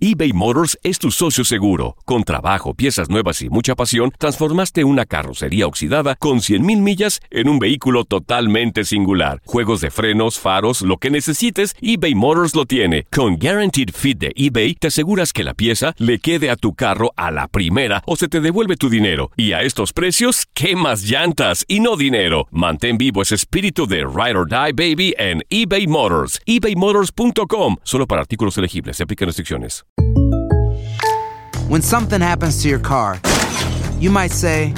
eBay Motors es tu socio seguro. Con trabajo, piezas nuevas y mucha pasión, transformaste una carrocería oxidada con 100,000 millas en un vehículo totalmente singular. Juegos de frenos, faros, lo que necesites, eBay Motors lo tiene. Con Guaranteed Fit de eBay, te aseguras que la pieza le quede a tu carro a la primera o se te devuelve tu dinero. Y a estos precios, ¿qué más llantas y no dinero? Mantén vivo ese espíritu de Ride or Die, baby, en eBay Motors. ebaymotors.com. Solo para artículos elegibles. Se aplican restricciones. When something happens to your car, you might say,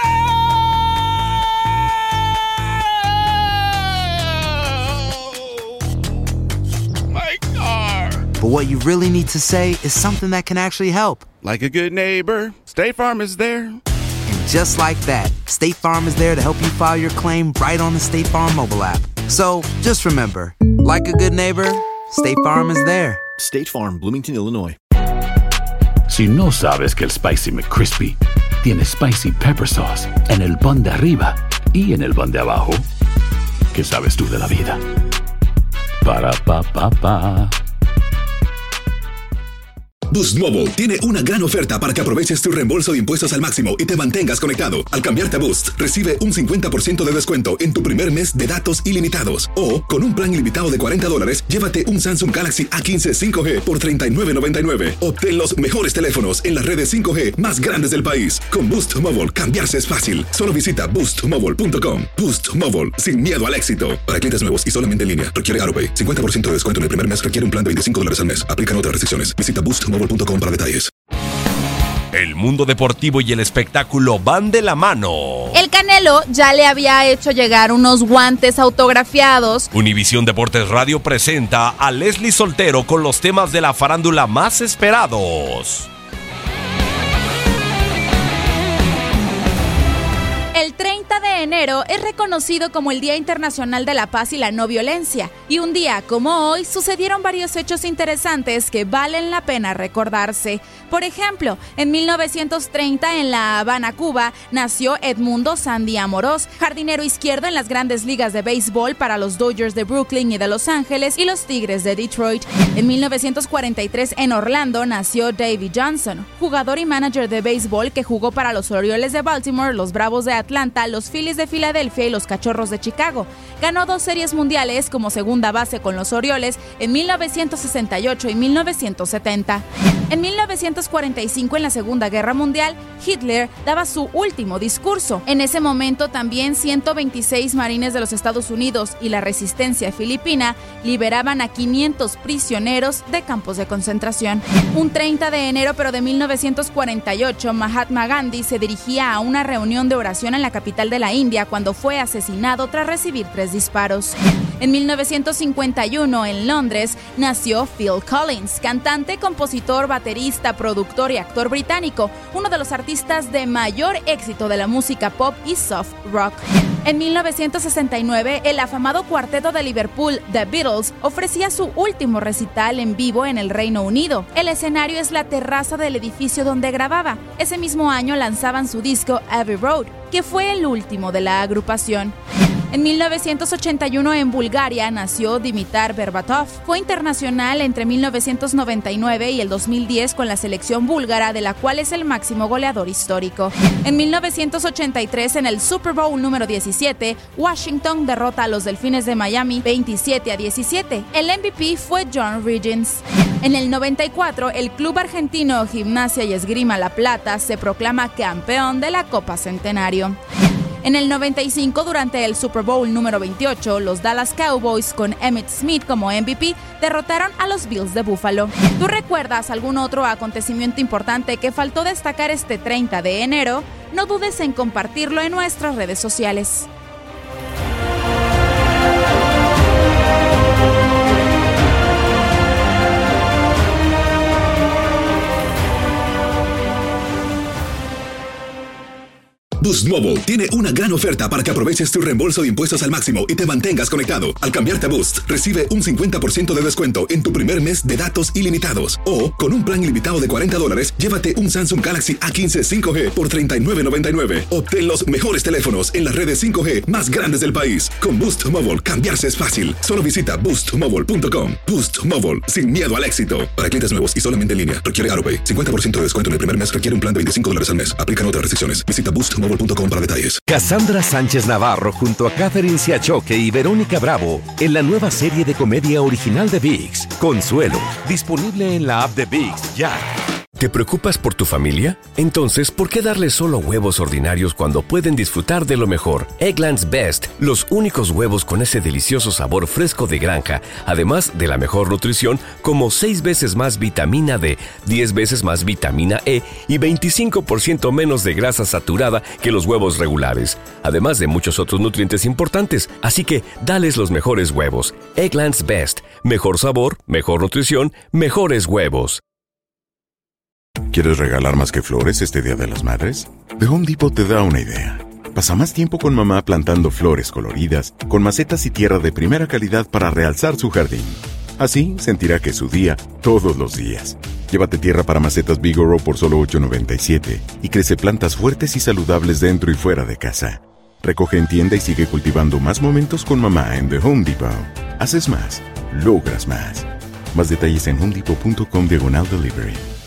My car! but what you really need to say is something that can actually help. Like a good neighbor, State Farm is there. And just like that, State Farm is there to help you file your claim right on the State Farm mobile app. So just remember, like a good neighbor, State Farm is there. State Farm, Bloomington, Illinois. Si no sabes que el Spicy McCrispy tiene Spicy Pepper Sauce en el pan de arriba y en el pan de abajo, ¿qué sabes tú de la vida? Para, pa, pa, pa. Boost Mobile tiene una gran oferta para que aproveches tu reembolso de impuestos al máximo y te mantengas conectado. Al cambiarte a Boost, recibe un 50% de descuento en tu primer mes de datos ilimitados. O, con un plan ilimitado de $40, llévate un Samsung Galaxy A15 5G por $39.99. Obtén los mejores teléfonos en las redes 5G más grandes del país. Con Boost Mobile, cambiarse es fácil. Solo visita boostmobile.com. Boost Mobile, sin miedo al éxito. Para clientes nuevos y solamente en línea, requiere AutoPay. 50% de descuento en el primer mes requiere un plan de $25 al mes. Aplican otras restricciones. Visita boostmobile.com para detalles. El mundo deportivo y el espectáculo van de la mano. El Canelo ya le había hecho llegar unos guantes autografiados. Univisión Deportes Radio presenta a Leslie Soltero con los temas de la farándula más esperados. El 30 de enero es reconocido como el Día Internacional de la Paz y la No Violencia, y un día como hoy sucedieron varios hechos interesantes que valen la pena recordarse. Por ejemplo, en 1930 en La Habana, Cuba, nació Edmundo Sandy Amorós, jardinero izquierdo en las grandes ligas de béisbol para los Dodgers de Brooklyn y de Los Ángeles y los Tigres de Detroit. En 1943 en Orlando nació Davey Johnson, jugador y manager de béisbol que jugó para los Orioles de Baltimore, los Bravos de Atlanta, los Phillies de Filadelfia y los Cachorros de Chicago. Ganó 2 series mundiales como segunda base con los Orioles en 1968 y 1970. En 1945, en la Segunda Guerra Mundial, Hitler daba su último discurso. En ese momento también 126 marines de los Estados Unidos y la resistencia filipina liberaban a 500 prisioneros de campos de concentración. Un 30 de enero pero de 1948, Mahatma Gandhi se dirigía a una reunión de oración en la capital de la India cuando fue asesinado tras recibir 3 disparos. En 1951, en Londres, nació Phil Collins, cantante, compositor, baterista, productor y actor británico, uno de los artistas de mayor éxito de la música pop y soft rock. En 1969, el afamado cuarteto de Liverpool, The Beatles, ofrecía su último recital en vivo en el Reino Unido. El escenario es la terraza del edificio donde grababa. Ese mismo año lanzaban su disco Abbey Road, que fue el último de la agrupación. En 1981 en Bulgaria nació Dimitar Berbatov. Fue internacional entre 1999 y el 2010 con la selección búlgara, de la cual es el máximo goleador histórico. En 1983 en el Super Bowl número 17, Washington derrota a los Delfines de Miami 27-17. El MVP fue John Riggins. En el 94, el club argentino Gimnasia y Esgrima La Plata se proclama campeón de la Copa Centenario. En el 95, durante el Super Bowl número 28, los Dallas Cowboys, con Emmitt Smith como MVP, derrotaron a los Bills de Buffalo. ¿Tú recuerdas algún otro acontecimiento importante que faltó destacar este 30 de enero? No dudes en compartirlo en nuestras redes sociales. Boost Mobile tiene una gran oferta para que aproveches tu reembolso de impuestos al máximo y te mantengas conectado. Al cambiarte a Boost, recibe un 50% de descuento en tu primer mes de datos ilimitados. O, con un plan ilimitado de $40, llévate un Samsung Galaxy A15 5G por $39.99. Obtén los mejores teléfonos en las redes 5G más grandes del país. Con Boost Mobile, cambiarse es fácil. Solo visita boostmobile.com. Boost Mobile, sin miedo al éxito. Para clientes nuevos y solamente en línea, requiere AutoPay. 50% de descuento en el primer mes requiere un plan de $25 al mes. Aplican otras restricciones. Visita boostmobile.com para detalles. Cassandra Sánchez Navarro junto a Catherine Siachoque y Verónica Bravo en la nueva serie de comedia original de ViX, Consuelo, disponible en la app de ViX ya. ¿Te preocupas por tu familia? Entonces, ¿por qué darles solo huevos ordinarios cuando pueden disfrutar de lo mejor? Eggland's Best, los únicos huevos con ese delicioso sabor fresco de granja, además de la mejor nutrición, como 6 veces más vitamina D, 10 veces más vitamina E y 25% menos de grasa saturada que los huevos regulares, además de muchos otros nutrientes importantes. Así que, dales los mejores huevos. Eggland's Best, mejor sabor, mejor nutrición, mejores huevos. ¿Quieres regalar más que flores este Día de las Madres? The Home Depot te da una idea. Pasa más tiempo con mamá plantando flores coloridas, con macetas y tierra de primera calidad para realzar su jardín. Así sentirá que es su día todos los días. Llévate tierra para macetas Bigoro por solo $8.97 y crece plantas fuertes y saludables dentro y fuera de casa. Recoge en tienda y sigue cultivando más momentos con mamá en The Home Depot. Haces más, logras más. Más detalles en homedepot.com/delivery.